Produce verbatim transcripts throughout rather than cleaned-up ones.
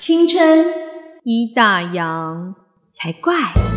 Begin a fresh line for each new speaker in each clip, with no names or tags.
青春一大洋才怪。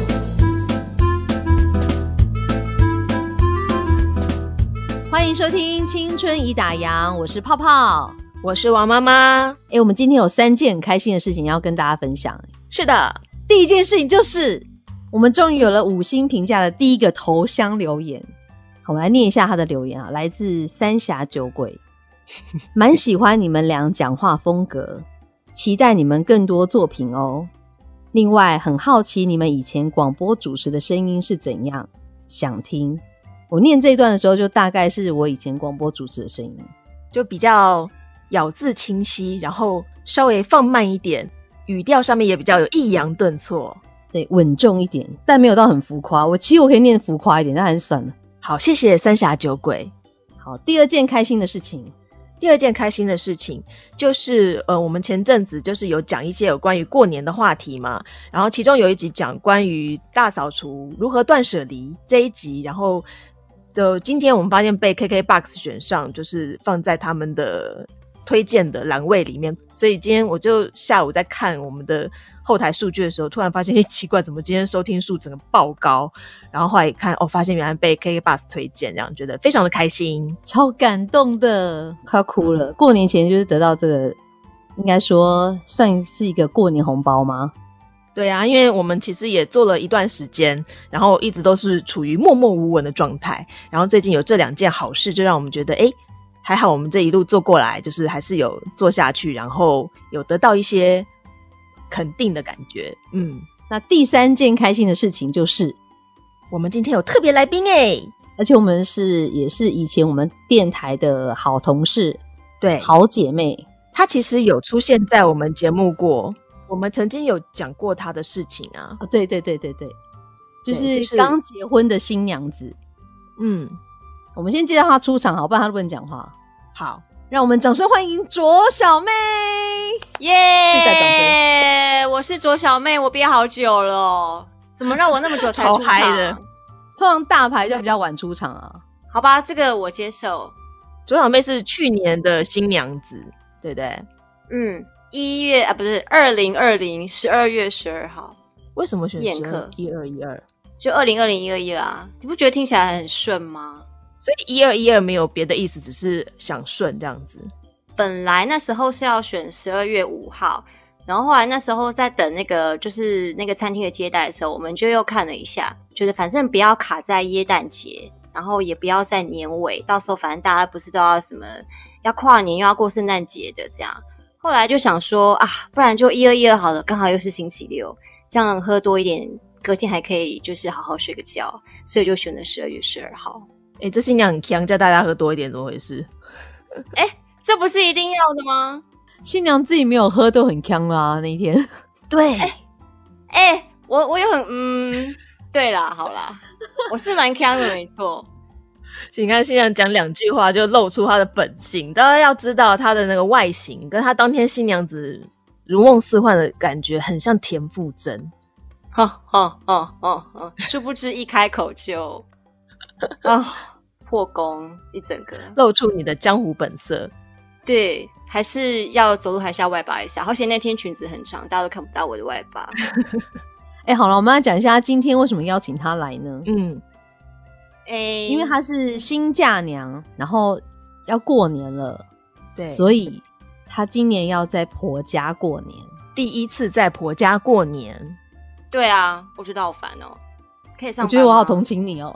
欢迎收听青春已打烊，我是泡泡，
我是王妈妈。
诶，我们今天有三件很开心的事情要跟大家分享。
是的，
第一件事情就是我们终于有了五星评价的第一个头香留言。好，我们来念一下他的留言啊，来自三峡酒鬼。蛮喜欢你们俩讲话风格，期待你们更多作品哦。另外很好奇你们以前广播主持的声音是怎样，想听。我念这一段的时候就大概是我以前广播主持的声音，
就比较咬字清晰，然后稍微放慢一点，语调上面也比较有抑扬顿挫，
对，稳重一点，但没有到很浮夸。我其实我可以念浮夸一点，但还是算了。
好，谢谢三峡酒鬼。
好，第二件开心的事情
第二件开心的事情就是呃，我们前阵子就是有讲一些有关于过年的话题嘛，然后其中有一集讲关于大扫除如何断舍离这一集，然后就今天我们发现被 K K B O X 选上，就是放在他们的推荐的栏位里面，所以今天我就下午在看我们的后台数据的时候，突然发现，哎，奇怪，怎么今天收听数整个爆高？然后后来一看，哦，发现原来被 K K B O X 推荐，这样觉得非常的开心，
超感动的，快要哭了。过年前就是得到这个，应该说算是一个过年红包吗？
对啊，因为我们其实也做了一段时间，然后一直都是处于默默无闻的状态，然后最近有这两件好事，就让我们觉得，哎，还好我们这一路做过来，就是还是有做下去，然后有得到一些肯定的感觉。嗯，
那第三件开心的事情就是
我们今天有特别来宾耶，
而且我们是也是以前我们电台的好同事，
对，
好姐妹。
她其实有出现在我们节目过，我们曾经有讲过她的事情啊。
哦，对对对对对，就是刚结婚的新娘子。
嗯，
我们先介绍她出场好，不然她都不能讲话。
好，
让我们掌声欢迎卓小妹。
耶！
自带掌声。
我是卓小妹，我憋好久了，怎么让我那么久才出场？
超嗨的。
通常大牌就比较晚出场啊。
好吧，这个我接受。
卓小妹是去年的新娘子，对不对？
嗯，一月啊，不是二零二零十二月十二号。
为什么选
宴客
一二一二？
就二零二零一二一二啊，你不觉得听起来很顺吗？
所以一二一二没有别的意思，只是想顺这样子。
本来那时候是要选十二月五号，然后后来那时候在等那个就是那个餐厅的接待的时候，我们就又看了一下，觉得反正不要卡在耶诞节，然后也不要在年尾，到时候反正大家不是都要什么要跨年又要过圣诞节的这样。后来就想说啊，不然就一二一二好了，刚好又是星期六，这样喝多一点，隔天还可以就是好好睡个觉，所以就选了十二月十二号。
哎，这新娘很强，叫大家喝多一点，怎么回事？
哎，这不是一定要的吗？
新娘自己没有喝都很呛啦，那一天。
对，
哎、欸，我我有很嗯，对啦，好啦，我是蛮呛的，没错。
你看新娘讲两句话就露出她的本性，大家要知道她的那个外形跟她当天新娘子如梦似幻的感觉很像田馥甄。
哈哈哈哈哈！殊不知一开口就啊破功一整个，
露出你的江湖本色。
对，还是要走路还是要外八一下。好险那天裙子很长，大家都看不到我的外八。
哎、欸，好了，我们来讲一下今天为什么邀请她来呢？
嗯，
哎、欸，
因为她是新嫁娘，然后要过年了，
对，
所以她今年要在婆家过年，
第一次在婆家过年。
对啊，我觉得好烦哦。可以上班吗？
我觉得我好同情你哦。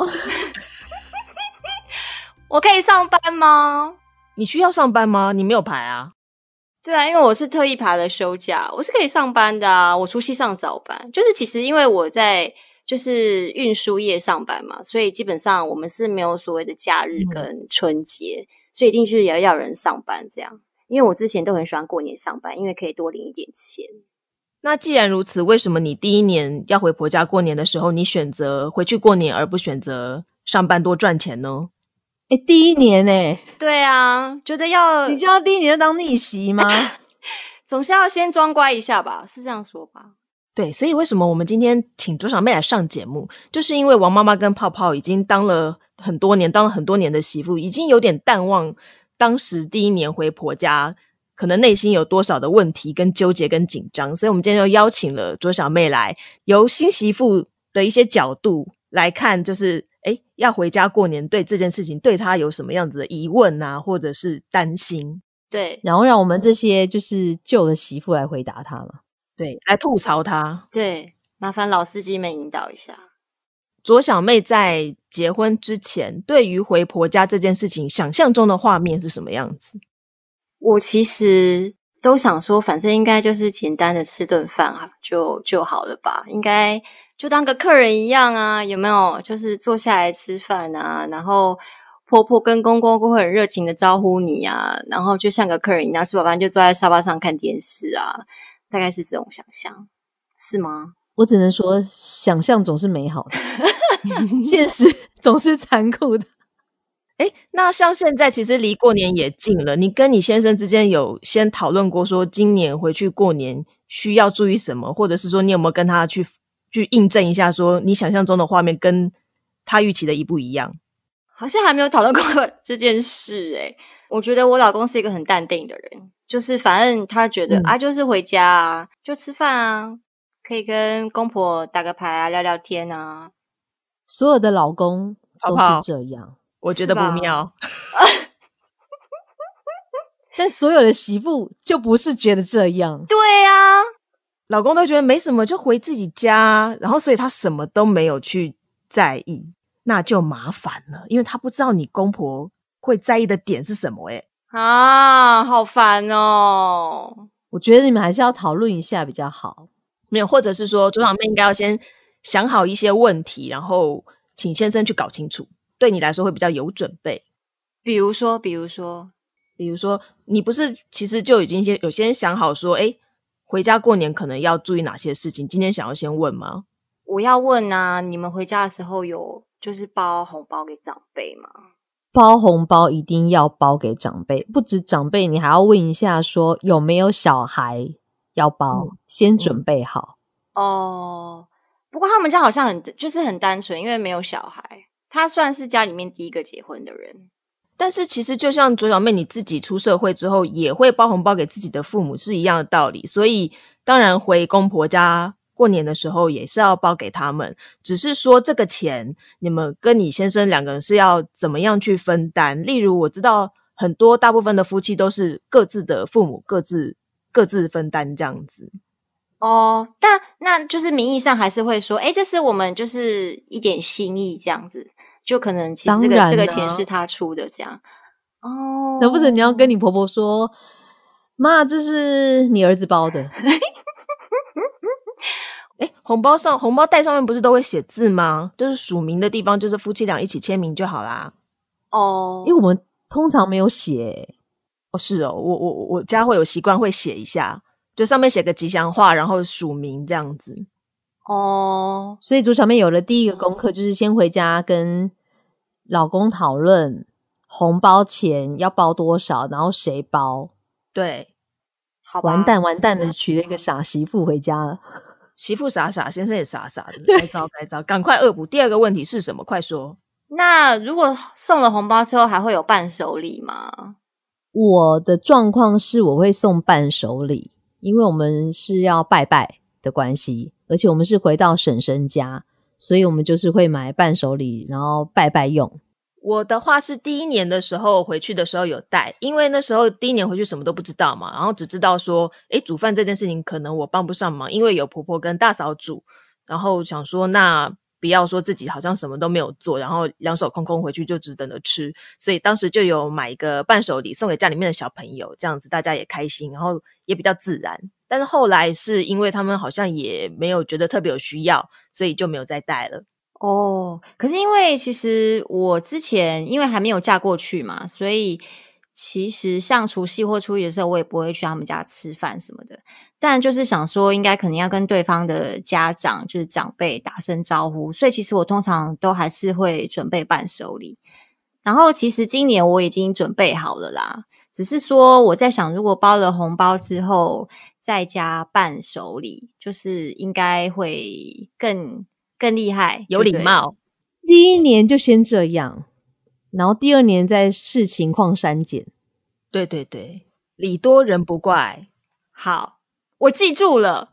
我可以上班吗？
你需要上班吗？你没有排啊？
对啊，因为我是特意排了休假，我是可以上班的啊。我除夕上早班，就是其实因为我在就是运输业上班嘛，所以基本上我们是没有所谓的假日跟春节，嗯、所以一定是也要有人上班这样。因为我之前都很喜欢过年上班，因为可以多领一点钱。
那既然如此，为什么你第一年要回婆家过年的时候，你选择回去过年而不选择上班多赚钱呢？
哎、欸，第一年哎、欸，
对啊，觉得要
你就要第一年就当逆袭吗？
总是要先装乖一下吧，是这样说吧？
对，所以为什么我们今天请卓小妹来上节目，就是因为王妈妈跟泡泡已经当了很多年，当了很多年的媳妇，已经有点淡忘当时第一年回婆家可能内心有多少的问题跟纠结跟紧张，所以我们今天就邀请了卓小妹来，由新媳妇的一些角度来看，就是诶要回家过年对这件事情对她有什么样子的疑问啊，或者是担心。
对，
然后让我们这些就是旧的媳妇来回答她嘛。
对，来吐槽她。
对，麻烦老司机们引导一下。
卓小妹在结婚之前对于回婆家这件事情想象中的画面是什么样子？
我其实都想说反正应该就是简单的吃顿饭啊，就就好了吧，应该就当个客人一样啊，有没有？就是坐下来吃饭啊，然后婆婆跟公公会很热情的招呼你啊，然后就像个客人一样，吃饱饭就坐在沙发上看电视啊，大概是这种想象，是吗？
我只能说想象总是美好的现实总是残酷的。
诶，那像现在其实离过年也近了，你跟你先生之间有先讨论过说今年回去过年需要注意什么，或者是说你有没有跟他去去印证一下说你想象中的画面跟他预期的一不一样？
好像还没有讨论过这件事诶、欸、我觉得我老公是一个很淡定的人，就是反正他觉得、嗯、啊就是回家啊就吃饭啊，可以跟公婆打个牌啊聊聊天啊。
所有的老公都是这样，
泡泡我觉得不妙
但所有的媳妇就不是觉得这样。
对啊，
老公都觉得没什么就回自己家，然后所以他什么都没有去在意，那就麻烦了，因为他不知道你公婆会在意的点是什么耶。
啊好烦哦。
我觉得你们还是要讨论一下比较好。
没有，或者是说卓小妹应该要先想好一些问题，然后请先生去搞清楚，对你来说会比较有准备。
比如说比如说
比如说你不是其实就已经先有先想好说诶回家过年可能要注意哪些事情，今天想要先问吗？
我要问啊，你们回家的时候有就是包红包给长辈吗？
包红包一定要包给长辈，不止长辈，你还要问一下说有没有小孩要包、嗯、先准备好、
嗯、哦。不过他们家好像很就是很单纯，因为没有小孩，他算是家里面第一个结婚的人。
但是其实就像卓小妹你自己出社会之后也会包红包给自己的父母是一样的道理，所以当然回公婆家过年的时候也是要包给他们，只是说这个钱你们跟你先生两个人是要怎么样去分担。例如我知道很多大部分的夫妻都是各自的父母各自各自分担这样子。
哦，但那就是名义上还是会说诶这是我们就是一点心意这样子，就可能其实这个这个钱是他出的这样。哦，
那不是你要跟你婆婆说妈这是你儿子包的
诶红包上红包袋上面不是都会写字吗？就是署名的地方就是夫妻俩一起签名就好啦。
哦，
因为我们通常没有写。
哦是哦，我我我家会有习惯会写一下，就上面写个吉祥话然后署名这样子。
哦，
所以卓小妹有了第一个功课，就是先回家跟老公讨论红包钱要包多少，然后谁包。
对，
好吧，
完蛋完蛋的娶了一个傻媳妇回家了。
媳妇傻傻，先生也傻傻的，该糟该糟，赶快恶补。第二个问题是什么？快说。
那如果送了红包之后还会有伴手礼吗？
我的状况是我会送伴手礼，因为我们是要拜拜的关系，而且我们是回到婶婶家，所以我们就是会买伴手礼然后拜拜用。
我的话是第一年的时候回去的时候有带，因为那时候第一年回去什么都不知道嘛，然后只知道说诶煮饭这件事情可能我帮不上忙，因为有婆婆跟大嫂煮，然后想说那不要说自己好像什么都没有做，然后两手空空回去就只等着吃，所以当时就有买一个伴手礼送给家里面的小朋友，这样子大家也开心，然后也比较自然。但是后来是因为他们好像也没有觉得特别有需要，所以就没有再带了。
哦，可是因为其实我之前因为还没有嫁过去嘛，所以其实像除夕或初一的时候我也不会去他们家吃饭什么的，但就是想说应该可能要跟对方的家长就是长辈打声招呼，所以其实我通常都还是会准备伴手礼。然后其实今年我已经准备好了啦，只是说我在想如果包了红包之后再加伴手礼，就是应该会更更厉害，
有礼貌。
第一年就先这样，然后第二年再视情况删减。
对对对， 礼多人不怪。
好，我记住了。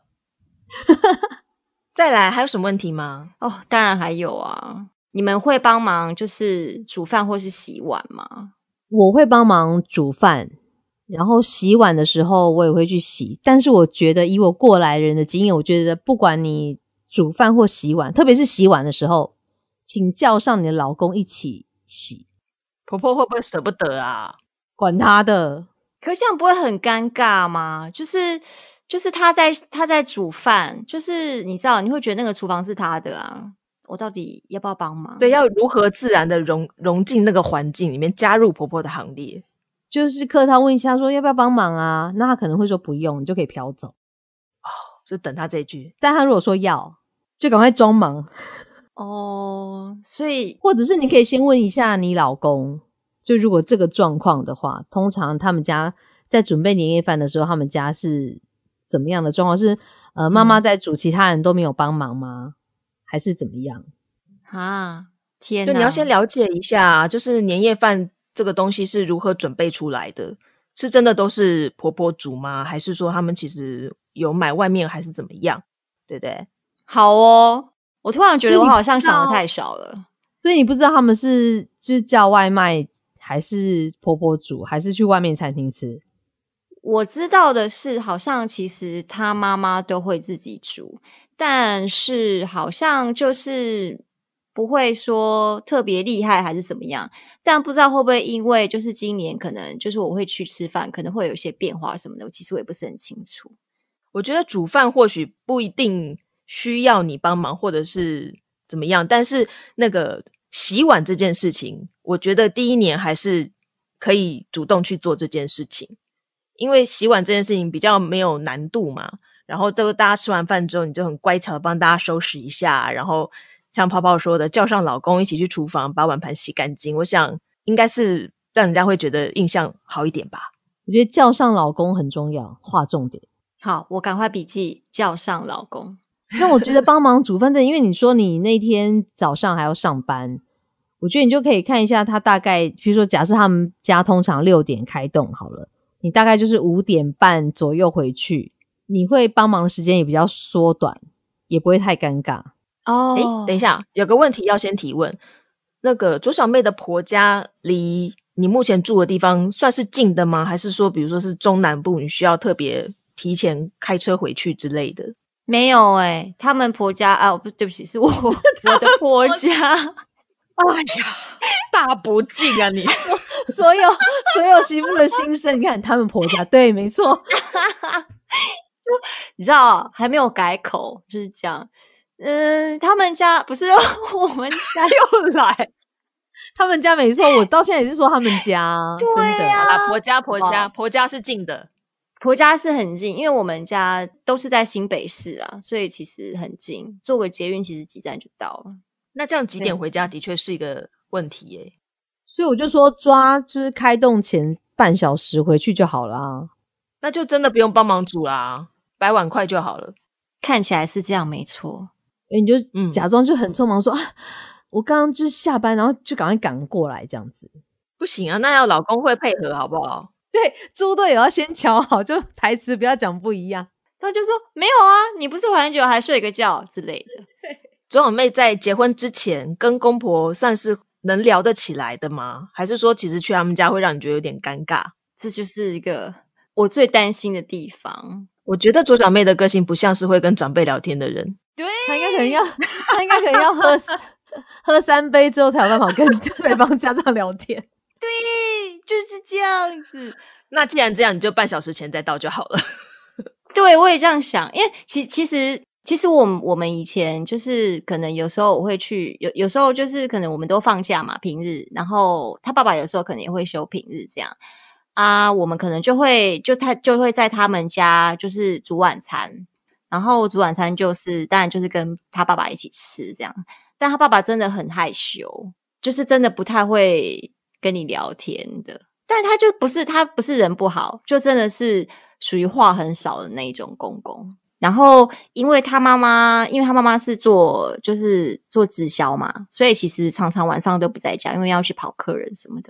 再来还有什么问题吗？
哦，当然还有啊。你们会帮忙就是煮饭或是洗碗吗？
我会帮忙煮饭，然后洗碗的时候我也会去洗，但是我觉得以我过来人的经验，我觉得不管你煮饭或洗碗，特别是洗碗的时候，请叫上你的老公一起洗。
婆婆会不会舍不得啊？
管他的。
可是这样不会很尴尬吗？就是就是他在他在煮饭，就是你知道你会觉得那个厨房是他的啊，我到底要不要帮忙？
对，要如何自然的融融进那个环境里面，加入婆婆的行列。
就是客套问一下说要不要帮忙啊，那他可能会说不用，你就可以飘走。
哦，就等他这一句。
但他如果说要，就赶快装忙。
哦，所以
或者是你可以先问一下你老公，就如果这个状况的话，通常他们家在准备年夜饭的时候，他们家是怎么样的状况？是呃妈妈在煮，其他人都没有帮忙吗？还是怎么样？
啊，天哪！
就你要先了解一下，就是年夜饭这个东西是如何准备出来的，是真的都是婆婆煮吗？还是说他们其实有买外面，还是怎么样？对不对？
好哦，我突然觉得我好像想的太少了。
所以你不知道他们是就是叫外卖，还是婆婆煮，还是去外面餐厅吃？
我知道的是，好像其实他妈妈都会自己煮，但是好像就是不会说特别厉害还是怎么样，但不知道会不会因为就是今年可能就是我会去吃饭，可能会有一些变化什么的，其实我也不是很清楚。
我觉得煮饭或许不一定需要你帮忙，或者是怎么样，但是那个洗碗这件事情，我觉得第一年还是可以主动去做这件事情，因为洗碗这件事情比较没有难度嘛。然后这个大家吃完饭之后，你就很乖巧的帮大家收拾一下，然后像泡泡说的，叫上老公一起去厨房把碗盘洗干净，我想应该是让人家会觉得印象好一点吧。
我觉得叫上老公很重要，划重点。
好，我赶快笔记叫上老公。
那我觉得帮忙煮饭的，因为你说你那天早上还要上班，我觉得你就可以看一下他大概，比如说假设他们家通常六点开动好了，你大概就是五点半左右回去，你会帮忙的时间也比较缩短，也不会太尴尬。
哦，
诶，等一下，有个问题要先提问，那个左小妹的婆家离你目前住的地方算是近的吗？还是说比如说是中南部，你需要特别提前开车回去之类的？
没有诶、欸、他们婆家啊，不对不起，是我我的婆家。
哎呀，大不敬啊你！
所有所有媳妇的心声，你看他们婆家，对，没错。
就你知道还没有改口，就是这样。嗯，他们家不是我们家
又来，
他们家没错，我到现在也是说他们家。
对呀、
好啦，婆家婆家、
哦、
婆家是近的，
婆家是很近，因为我们家都是在新北市啊，所以其实很近，坐个捷运其实几站就到了。
那这样几点回家的确是一个问题耶。
所以我就说抓就是开动前半小时回去就好啦。
那就真的不用帮忙煮啦，摆碗筷就好了。
看起来是这样没错。
你就假装就很匆忙说、嗯、啊，我刚刚就是下班，然后就赶快赶过来这样子。
不行啊，那要老公会配合好不好？
对，猪队友要先瞧好，就台词不要讲不一样。
他就说没有啊，你不是怀很久还睡个觉之类的。
对，
左小妹在结婚之前跟公婆算是能聊得起来的吗？还是说其实去他们家会让你觉得有点尴尬？
这就是一个我最担心的地方。
我觉得左小妹的个性不像是会跟长辈聊天的人。
对，
他应该可能要他应该可能要喝喝三杯之后才有办法跟对方家长聊天。
对，就是这样子。
那既然这样，你就半小时前再到就好了。
对，我也这样想，因为其其实其实我我们以前就是可能有时候我会去，有有时候就是可能我们都放假嘛，平日，然后他爸爸有时候可能也会休平日这样啊，我们可能就会就他就会在他们家就是煮晚餐，然后煮晚餐就是当然就是跟他爸爸一起吃这样，但他爸爸真的很害羞，就是真的不太会跟你聊天的。但他就不是他不是人不好，就真的是属于话很少的那一种公公。然后因为他妈妈因为他妈妈是做就是做直销嘛，所以其实常常晚上都不在家，因为要去跑客人什么的，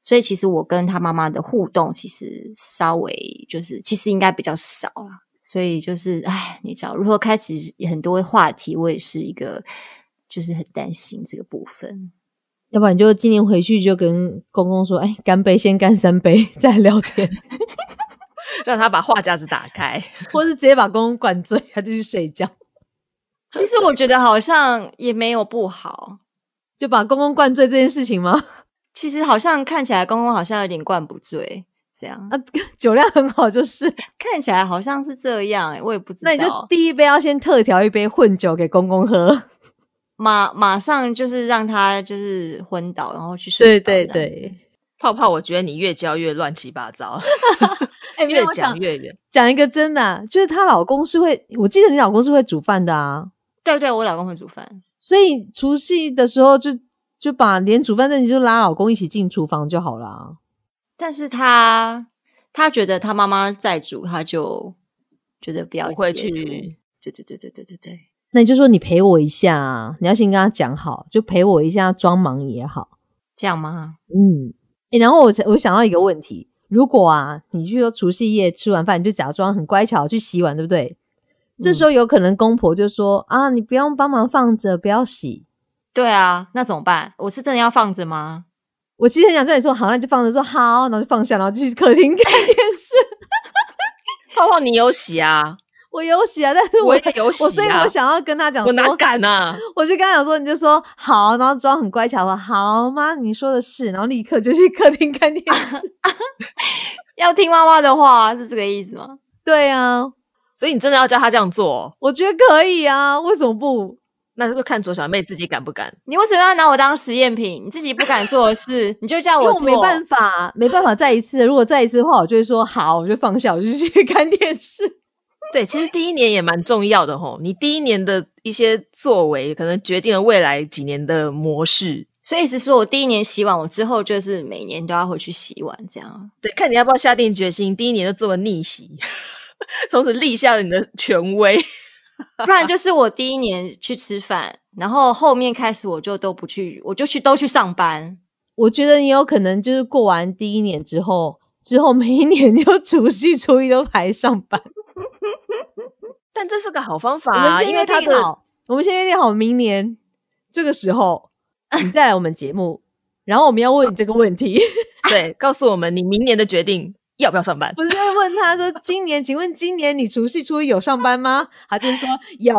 所以其实我跟他妈妈的互动其实稍微就是其实应该比较少啦。所以就是哎，你知道如何开始很多话题，我也是一个就是很担心这个部分。
要不然你就今年回去就跟公公说，哎，干杯，先干三杯再聊天
让他把话匣子打开
或是直接把公公灌醉，他就去睡觉。
其实我觉得好像也没有不好，
就把公公灌醉这件事情吗？
其实好像看起来公公好像有点灌不醉这样
啊，酒量很好就是
看起来好像是这样、欸、我也不知道。
那你就第一杯要先特调一杯混酒给公公喝，
马马上就是让他就是昏倒然后去睡。
对对对，
泡泡我觉得你越教越乱七八糟
欸、
越讲越远。
讲一个真的、啊、就是她老公是会，我记得你老公是会煮饭的啊。
对对，我老公会煮饭，
所以除夕的时候就就把连煮饭这你就拉老公一起进厨房就好啦。
但是他他觉得他妈妈在煮，他就觉得不要
不会去。
对对对对对对对。
那你就说你陪我一下啊，你要先跟他讲好，就陪我一下装忙也好。
这样吗？
嗯、欸、然后我我想到一个问题，如果啊你去说除夕夜吃完饭你就假装很乖巧去洗碗，对不对？这时候有可能公婆就说、嗯、啊你不用帮忙放着不要洗。
对啊，那怎么办？我是真的要放着吗？
我其实很想叫你说好，那你就放着，说好，然后就放下，然后就去客厅看电视
泡泡你有洗啊？
我有洗啊，但是 我,
我也有洗啊，
我所以我想要跟他讲说，
我哪敢啊，
我就跟他讲说，你就说好，然后装很乖巧说好妈你说的是，然后立刻就去客厅看电视
要听妈妈的话，是这个意思吗？
对啊，
所以你真的要叫他这样做、哦、
我觉得可以啊，为什么不？
那就看左小妹自己敢不敢。
你为什么要拿我当实验品？你自己不敢做的事你就叫我做。
因为我没办法没办法再一次，如果再一次的话我就会说好，我就放下，我就去看电视。
对，其实第一年也蛮重要的齁，你第一年的一些作为可能决定了未来几年的模式。
所以是说我第一年洗碗，我之后就是每年都要回去洗碗这样。
对，看你要不要下定决心第一年就做个逆袭从此立下了你的权威
不然就是我第一年去吃饭，然后后面开始我就都不去，我就去都去上班。
我觉得你有可能就是过完第一年之后之后每一年就除夕初一都排上班
但这是个好方法啊，因为他的
我们先约定好明年这个时候你再来我们节目然后我们要问你这个问题
对，告诉我们你明年的决定要不要上班。
不是在问他说今年请问今年你除夕初一有上班吗？他就说有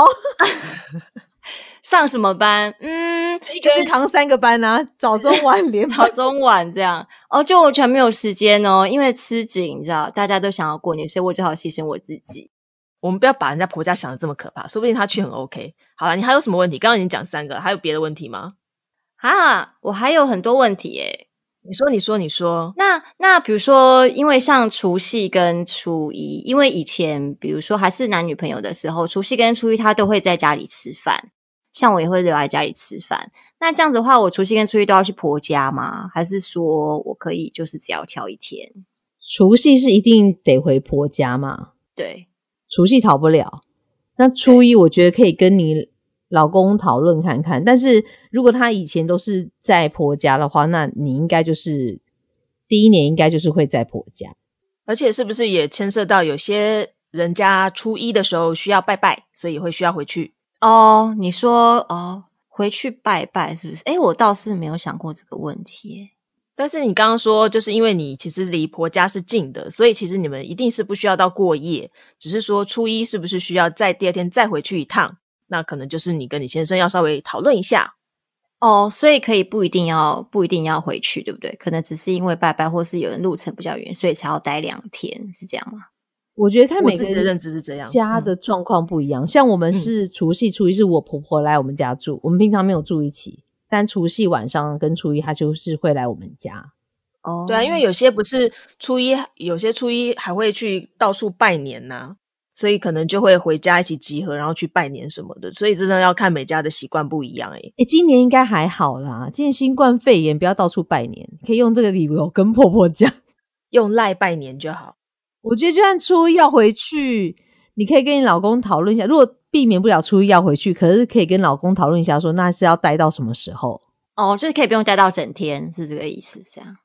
上什么班？嗯，
一个人扛三个班啊，早中晚连
早中晚这样。哦，就完全没有时间哦，因为吃紧，你知道，大家都想要过年，所以我只好牺牲我自己。
我们不要把人家婆家想的这么可怕，说不定他去很 OK。好了，你还有什么问题？刚刚已经讲三个，还有别的问题吗？
啊，我还有很多问题耶。
你说，你说，你说。
那那比如说，因为像除夕跟初一，因为以前比如说还是男女朋友的时候，除夕跟初一他都会在家里吃饭，像我也会留在家里吃饭。那这样子的话，我除夕跟初一都要去婆家吗？还是说我可以就是只要挑一天？
除夕是一定得回婆家嘛？
对，
除夕逃不了。那初一我觉得可以跟你老公讨论看看，但是如果他以前都是在婆家的话，那你应该就是第一年应该就是会在婆家。
而且是不是也牵涉到有些人家初一的时候需要拜拜，所以会需要回去
哦？你说哦，回去拜拜是不是？诶，我倒是没有想过这个问题耶。
但是你刚刚说就是因为你其实离婆家是近的，所以其实你们一定是不需要到过夜，只是说初一是不是需要在第二天再回去一趟，那可能就是你跟你先生要稍微讨论一下
哦。所以可以不一定要不一定要回去，对不对？可能只是因为拜拜或是有人路程比较远，所以才要待两天，是这样吗？
我觉得看每个
我自己的认知是这样，
家的状况不一样、嗯、像我们是除夕初一是我婆婆来我们家住，我们平常没有住一起，但除夕晚上跟初一她就是会来我们家。
哦，
对啊，因为有些不是初一，有些初一还会去到处拜年啊，所以可能就会回家一起集合然后去拜年什么的，所以真的要看每家的习惯不一样诶、欸。
诶，今年应该还好啦，今年新冠肺炎不要到处拜年，可以用这个理由跟婆婆讲，
用赖拜年就好。
我觉得就算初一要回去，你可以跟你老公讨论一下，如果避免不了初一要回去，可是可以跟老公讨论一下说那是要待到什么时候。
哦，就是可以不用待到整天，是这个意思这样。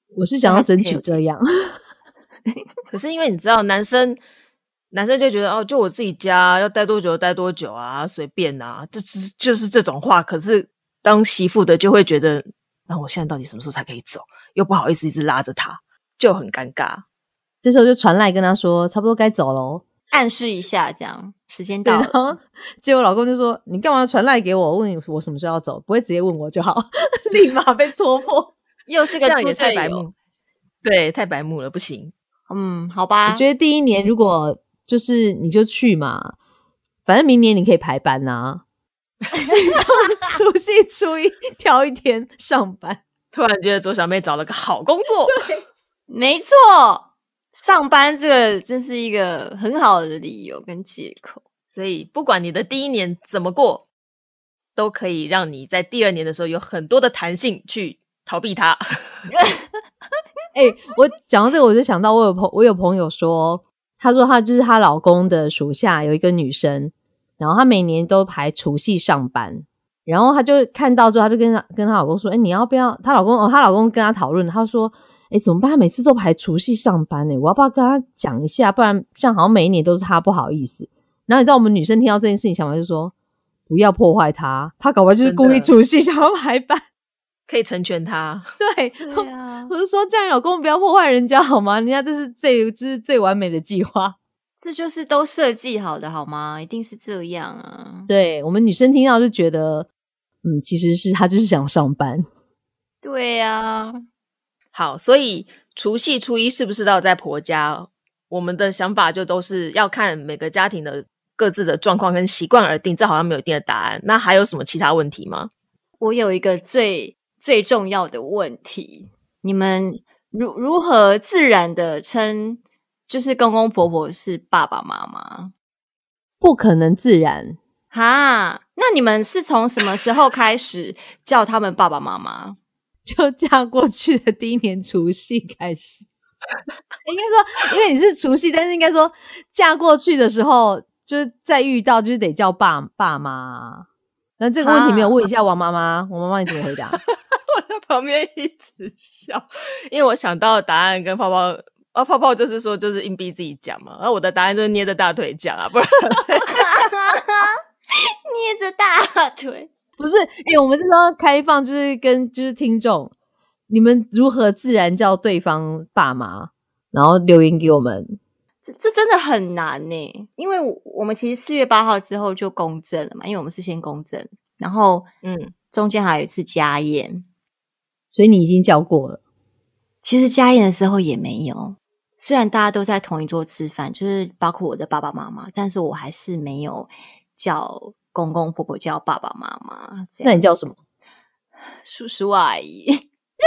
我是想要争取这样。
可是因为你知道男生男生就觉得哦，就我自己家要待多久待多久啊，随便啊，这就是就是这种话。可是当媳妇的就会觉得，那我现在到底什么时候才可以走？又不好意思一直拉着他，就很尴尬。
这时候就传来跟他说，差不多该走咯，
暗示一下，这样时间到了。
然后结果老公就说：“你干嘛传赖给我？问我什么时候要走，不会直接问我就好。”立马被戳破，
又是个
这样也
猪队友。
太白目，对，太白目了，不行。
嗯，好吧。
我觉得第一年如果就是你就去嘛，反正明年你可以排班啊。除夕初一挑一天上班，
突然觉得左小妹找了个好工作。
没错，上班这个真是一个很好的理由跟借口。
所以不管你的第一年怎么过，都可以让你在第二年的时候有很多的弹性去逃避它。
哎、欸，我讲到这个，我就想到我有朋我有朋友说，她说她就是她老公的属下有一个女生，然后她每年都排除夕上班，然后她就看到之后，她就跟她跟她老公说：“哎、欸，你要不要？”她老公哦，她老公跟她讨论，她说：“哎、欸，怎么办？她每次都排除夕上班呢、欸，我要不要跟她讲一下？不然这样好像每一年都是她不好意思。”然后你知道我们女生听到这件事情想法就说：“不要破坏她，她搞不好就是故意除夕想要排班。”
可以成全他。
对，
对啊，
我就说这样老公不要破坏人家好吗？人家这是最这是最完美的计划，
这就是都设计好的好吗？一定是这样啊。
对，我们女生听到就觉得，嗯，其实是他就是想上班。
对啊，
好，所以除夕初一是不是都要在婆家？我们的想法就都是要看每个家庭的各自的状况跟习惯而定，这好像没有一定的答案。那还有什么其他问题吗？
我有一个最最重要的问题，你们如如何自然的称就是公公婆婆是爸爸妈妈？
不可能自然
哈，那你们是从什么时候开始叫他们爸爸妈妈？
就嫁过去的第一年除夕开始。应该说，因为你是除夕，但是应该说嫁过去的时候，就是再遇到就是得叫爸爸妈。那这个问题没有问一下王妈妈，王妈妈你怎么回答？
我在旁边一直笑，因为我想到的答案跟泡泡，啊，泡泡就是说就是硬逼自己讲嘛，然后我的答案就是捏着大腿讲啊，不然
捏着大腿。
不是，欸，我们这时候开放就是跟就是听众，你们如何自然叫对方爸妈，然后留言给我们。
这这真的很难呢，因为我们其实四月八号之后就公证了嘛，因为我们是先公证，然后嗯，中间还有一次家宴，
所以你已经叫过了。
其实家宴的时候也没有，虽然大家都在同一桌吃饭，就是包括我的爸爸妈妈，但是我还是没有叫公公婆婆叫爸爸妈妈。
那你叫什么？
叔叔阿姨。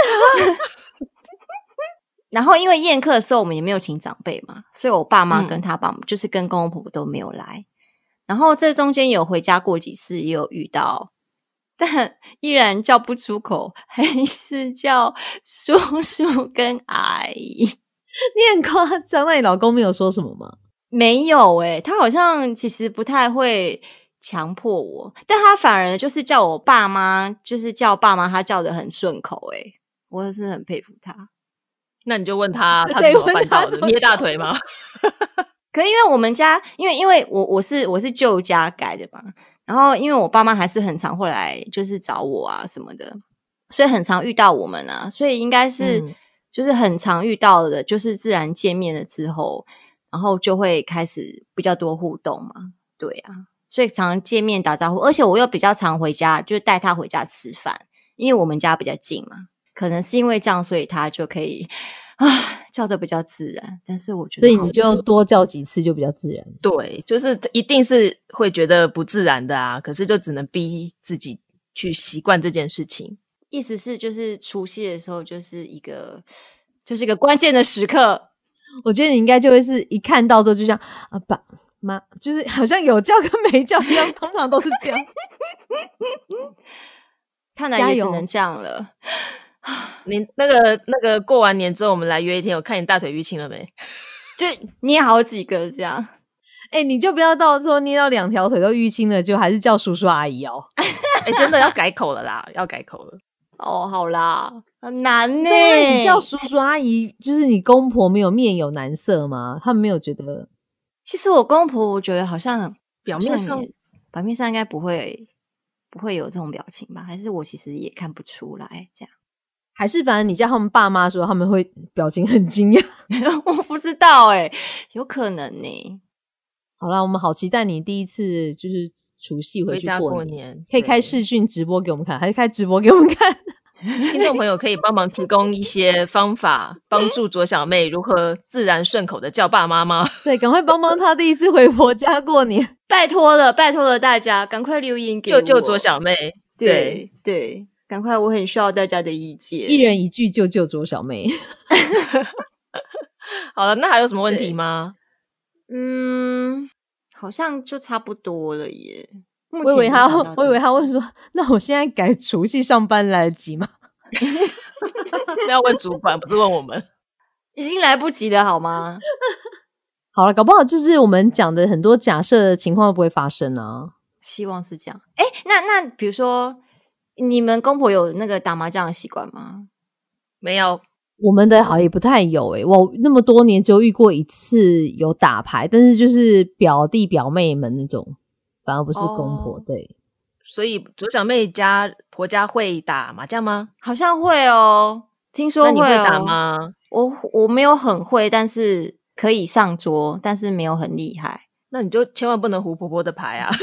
然后因为宴客的时候我们也没有请长辈嘛，所以我爸妈跟他爸妈、嗯、就是跟公公婆婆都没有来。然后这中间有回家过几次，也有遇到，但依然叫不出口，还是叫叔叔跟阿姨。
你很夸张，那你老公没有说什么吗？
没有欸，他好像其实不太会强迫我，但他反而就是叫我爸妈，就是叫爸妈，他叫得很顺口欸，我是很佩服他。
那你就问他，他是怎么办到的？捏大腿吗？
可因为我们家，因为因为我我是我是旧家改的嘛，然后因为我爸妈还是很常会来，就是找我啊什么的，所以很常遇到我们啊，所以应该是、嗯、就是很常遇到的，就是自然见面了之后，然后就会开始比较多互动嘛，对啊，所以常见面打招呼，而且我又比较常回家，就是带他回家吃饭，因为我们家比较近嘛。可能是因为这样，所以他就可以啊叫得比较自然。但是我觉得，
所以你就多叫几次就比较自然。
对，就是一定是会觉得不自然的啊，可是就只能逼自己去习惯这件事情。
意思是，就是除夕的时候，就是一个，就是一个关键的时刻。
我觉得你应该就会是一看到之后就像啊爸妈，就是好像有叫跟没叫一样，通常都是这样。
看来也只能这样了。
你那个那个过完年之后我们来约一天，我看你大腿淤青了没？
就捏好几个这样。
哎、欸，你就不要到时候捏到两条腿都淤青了，就还是叫叔叔阿姨哦。
哎、欸，真的要改口了啦，要改口了。
哦，好啦， 很难呢、
对，你叫叔叔阿姨，就是你公婆没有面有难色吗？他们没有觉得？
其实我公婆，我觉得好像
表面上
表面上应该不会不会有这种表情吧？还是我其实也看不出来这样？
还是反正你叫他们爸妈说，他们会表情很惊讶？
我不知道哎、欸，有可能呢、欸。
好啦，我们好期待你第一次就是除夕回去
家
过年，
过年
可以开视讯直播给我们看，还是开直播给我们看？
听众朋友可以帮忙提供一些方法，帮助左小妹如何自然顺口的叫爸妈吗？
对，赶快帮帮她第一次回婆家过年，
拜托了，拜托了大家，赶快留言给我，
救救左小妹。
对对，赶快，我很需要大家的意见，
一人一句救救左小妹。
好了，那还有什么问题吗？
嗯，好像就差不多了耶。
我以为他，我以为他问说，那我现在改除夕上班来得及吗？
那要问主管，不是问我们。
已经来不及了，好吗？
好了，搞不好就是我们讲的很多假设的情况都不会发生啊。
希望是这样。哎、欸，那那比如说，你们公婆有那个打麻将的习惯吗？
没有，
我们的好像也不太有诶、欸。我那么多年就遇过一次有打牌，但是就是表弟表妹们那种。反而不是公婆、哦、对，
所以左小妹家婆家会打麻将吗？
好像会哦，听说会、哦。
那你会打吗？
我我没有很会，但是可以上桌，但是没有很厉害。
那你就千万不能胡婆婆的牌啊！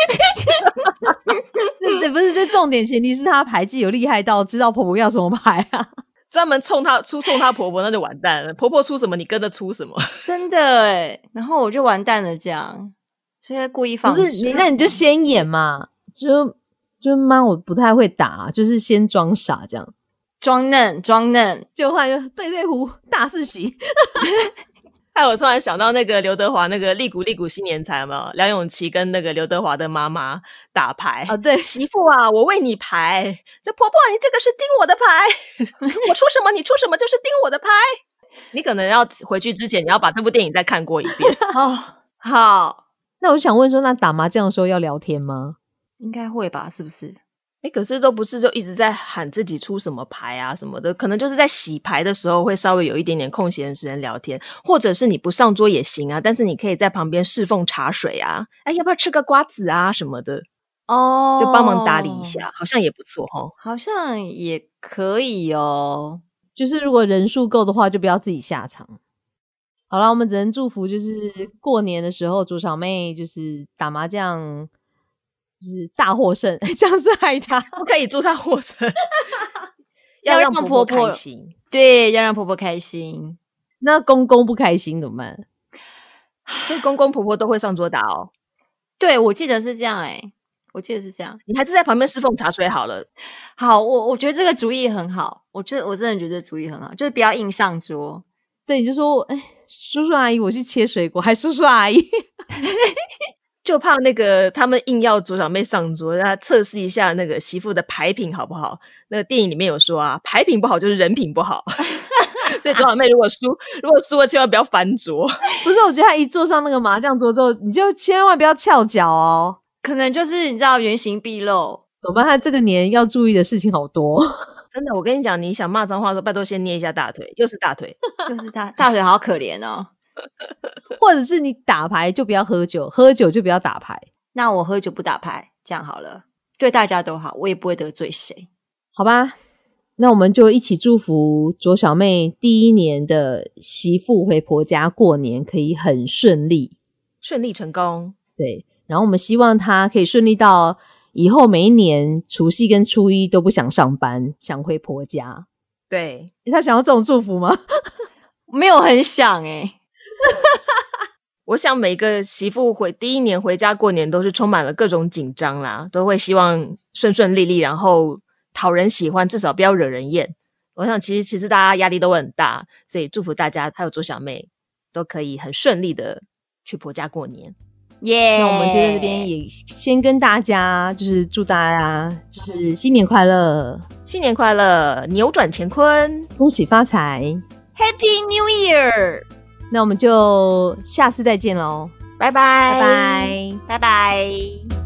这这不是这重点，前提是他牌技有厉害到知道婆婆要什么牌啊，
专门冲他出冲他婆婆，那就完蛋了。婆婆出什么，你跟着出什么，
真的哎。然后我就完蛋了，这样。所以故意放
不是你，那你就先演嘛，就就妈我不太会打，就是先装傻这样，
装嫩装嫩，
就后来就对对胡大四喜。
害我突然想到那个刘德华那个利古利古新年财有没有？梁咏琪跟那个刘德华的妈妈打牌
啊，对，
媳妇啊，我为你牌，这婆婆你这个是盯我的牌，我出什么你出什么，就是盯我的牌。你可能要回去之前，你要把这部电影再看过一遍。
哦，好。
那我想问说，那打麻将的时候要聊天吗？
应该会吧，是不是？
哎，可是都不是就一直在喊自己出什么牌啊什么的，可能就是在洗牌的时候会稍微有一点点空闲的时间聊天，或者是你不上桌也行啊，但是你可以在旁边侍奉茶水啊，哎，要不要吃个瓜子啊什么的
哦，
就帮忙打理一下，好像也不错齁。
好像也可以哦，
就是如果人数够的话，就不要自己下场。好啦，我们只能祝福，就是过年的时候，左小妹就是打麻将，就是大获胜，这样是害她，
不可以祝她获胜，要让婆婆开心。
对，要让婆婆开心。
那公公不开心怎么办？
所以公公婆婆都会上桌打哦。
对，我记得是这样哎、欸，我记得是这样。
你还是在旁边侍奉茶水好了。
好，我我觉得这个主意很好，我觉得我真的觉得主意很好，就是不要硬上桌。
对，你就说，哎，叔叔阿姨，我去切水果，还叔叔阿姨，
就怕那个他们硬要左小妹上桌，让她测试一下那个媳妇的牌品好不好。那个电影里面有说啊，牌品不好就是人品不好。所以左小妹如果输，如果输了千万不要翻桌。
不是，我觉得她一坐上那个麻将桌之后，你就千万不要翘脚哦，
可能就是你知道原形毕露。
怎么办？她这个年要注意的事情好多。
真的，我跟你讲，你想骂脏话的时候，拜托先捏一下大腿，又是大腿，
又是大大腿，好可怜哦。
或者是你打牌就不要喝酒，喝酒就不要打牌。
那我喝酒不打牌，这样好了，对大家都好，我也不会得罪谁，
好吧？那我们就一起祝福左小妹第一年的媳妇回婆家过年可以很顺利，
顺利成功。
对，然后我们希望她可以顺利到以后每一年除夕跟初一都不想上班，想回婆家。
对，
她想要这种祝福吗？
没有很想诶、欸、
我想每个媳妇回第一年回家过年都是充满了各种紧张啦，都会希望顺顺利利，然后讨人喜欢，至少不要惹人厌。我想其实其实大家压力都会很大，所以祝福大家还有左小妹都可以很顺利的去婆家过年。
耶、yeah ！
那我们就在这边也先跟大家就是祝大家就是新年快乐，
新年快乐，扭转乾坤，
恭喜发财
，Happy New Year！
那我们就下次再见喽，
拜拜，
拜拜，
拜拜。